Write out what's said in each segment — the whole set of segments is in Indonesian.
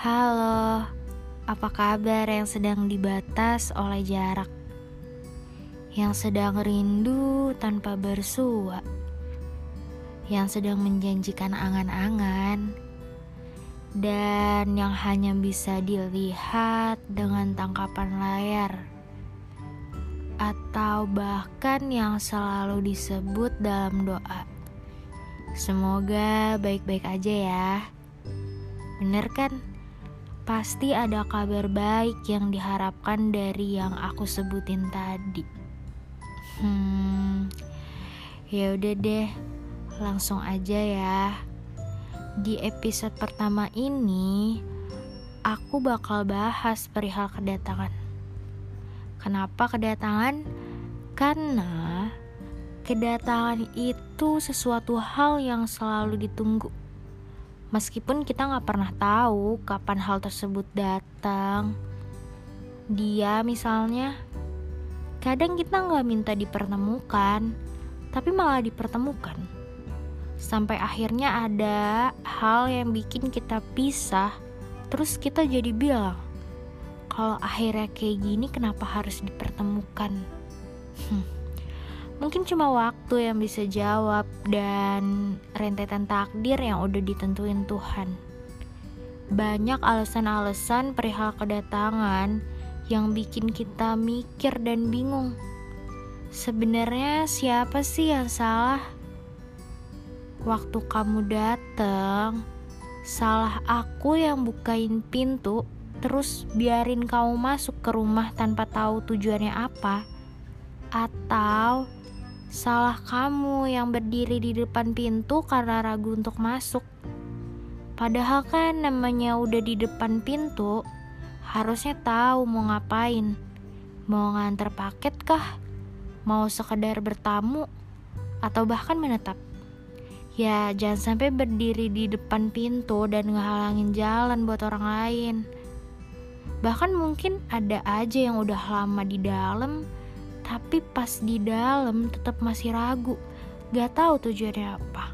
Halo, apa kabar yang sedang dibatas oleh jarak? Yang sedang rindu tanpa bersua? Yang sedang menjanjikan angan-angan? Dan yang hanya bisa dilihat dengan tangkapan layar? Atau bahkan yang selalu disebut dalam doa? Semoga baik-baik aja ya. Bener kan? Pasti ada kabar baik yang diharapkan dari yang aku sebutin tadi. Ya udah deh, langsung aja ya. Di episode pertama ini, aku bakal bahas perihal kedatangan. Kenapa kedatangan? Karena kedatangan itu sesuatu hal yang selalu ditunggu. Meskipun kita gak pernah tahu kapan hal tersebut datang. Dia misalnya, kadang kita gak minta dipertemukan, tapi malah dipertemukan. Sampai akhirnya ada hal yang bikin kita pisah, terus kita jadi bilang, kalau akhirnya kayak gini kenapa harus dipertemukan? Mungkin cuma waktu yang bisa jawab dan rentetan takdir yang udah ditentuin Tuhan. Banyak alasan-alasan perihal kedatangan yang bikin kita mikir dan bingung. Sebenarnya siapa sih yang salah? Waktu kamu datang, salah aku yang bukain pintu terus biarin kamu masuk ke rumah tanpa tahu tujuannya apa? Atau salah kamu yang berdiri di depan pintu karena ragu untuk masuk? Padahal kan namanya udah di depan pintu, harusnya tahu mau ngapain. Mau nganter paket kah? Mau sekedar bertamu? Atau bahkan menetap? Ya jangan sampai berdiri di depan pintu dan ngehalangin jalan buat orang lain. Bahkan mungkin ada aja yang udah lama di dalam, tapi pas di dalam tetap masih ragu, gak tahu tujuannya apa.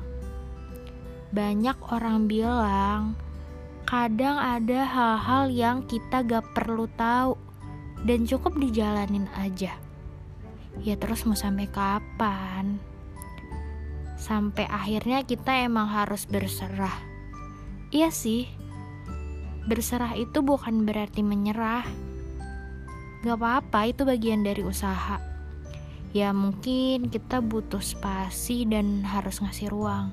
Banyak orang bilang, kadang ada hal-hal yang kita gak perlu tahu dan cukup dijalanin aja. Ya terus mau sampai kapan? Sampai akhirnya kita emang harus berserah. Iya sih, berserah itu bukan berarti menyerah. Gak apa-apa, itu bagian dari usaha. Ya mungkin kita butuh spasi dan harus ngasih ruang.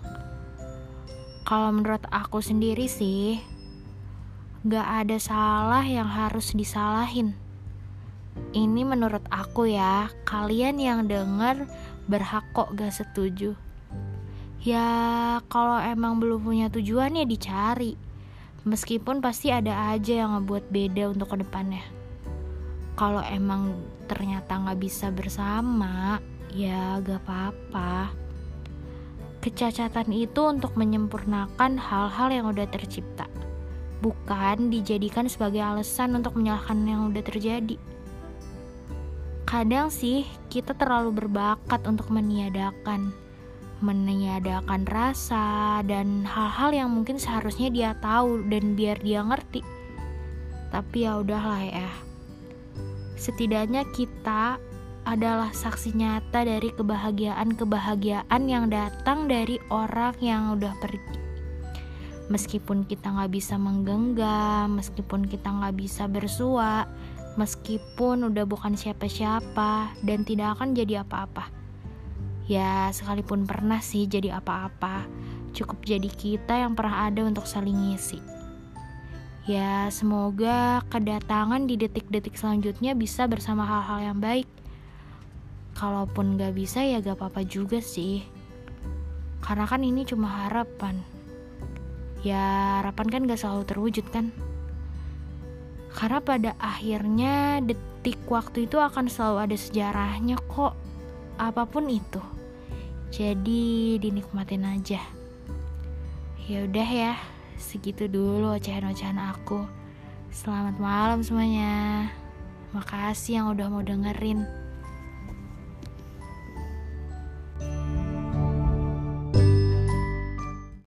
Kalau menurut aku sendiri sih, gak ada salah yang harus disalahin. Ini menurut aku ya, kalian yang denger berhak kok gak setuju. Ya kalau emang belum punya tujuan ya dicari. Meskipun pasti ada aja yang ngebuat beda untuk kedepannya. Kalau emang ternyata gak bisa bersama, ya gak apa-apa. Kecacatan itu untuk menyempurnakan hal-hal yang udah tercipta, bukan dijadikan sebagai alasan untuk menyalahkan yang udah terjadi. Kadang sih kita terlalu berbakat untuk meniadakan rasa dan hal-hal yang mungkin seharusnya dia tahu dan biar dia ngerti. Tapi ya udahlah ya. Setidaknya kita adalah saksi nyata dari kebahagiaan yang datang dari orang yang udah pergi. Meskipun kita gak bisa menggenggam, meskipun kita gak bisa bersua, meskipun udah bukan siapa-siapa dan tidak akan jadi apa-apa. Ya sekalipun pernah sih jadi apa-apa, cukup jadi kita yang pernah ada untuk saling ngisi. Ya semoga kedatangan di detik-detik selanjutnya bisa bersama hal-hal yang baik. Kalaupun gak bisa ya gak apa-apa juga sih. Karena kan ini cuma harapan. Ya harapan kan gak selalu terwujud kan. Karena pada akhirnya detik waktu itu akan selalu ada sejarahnya kok. Apapun itu. Jadi dinikmatin aja. Ya udah ya, segitu dulu ocehan-ocehan aku. Selamat malam semuanya. Makasih yang udah mau dengerin.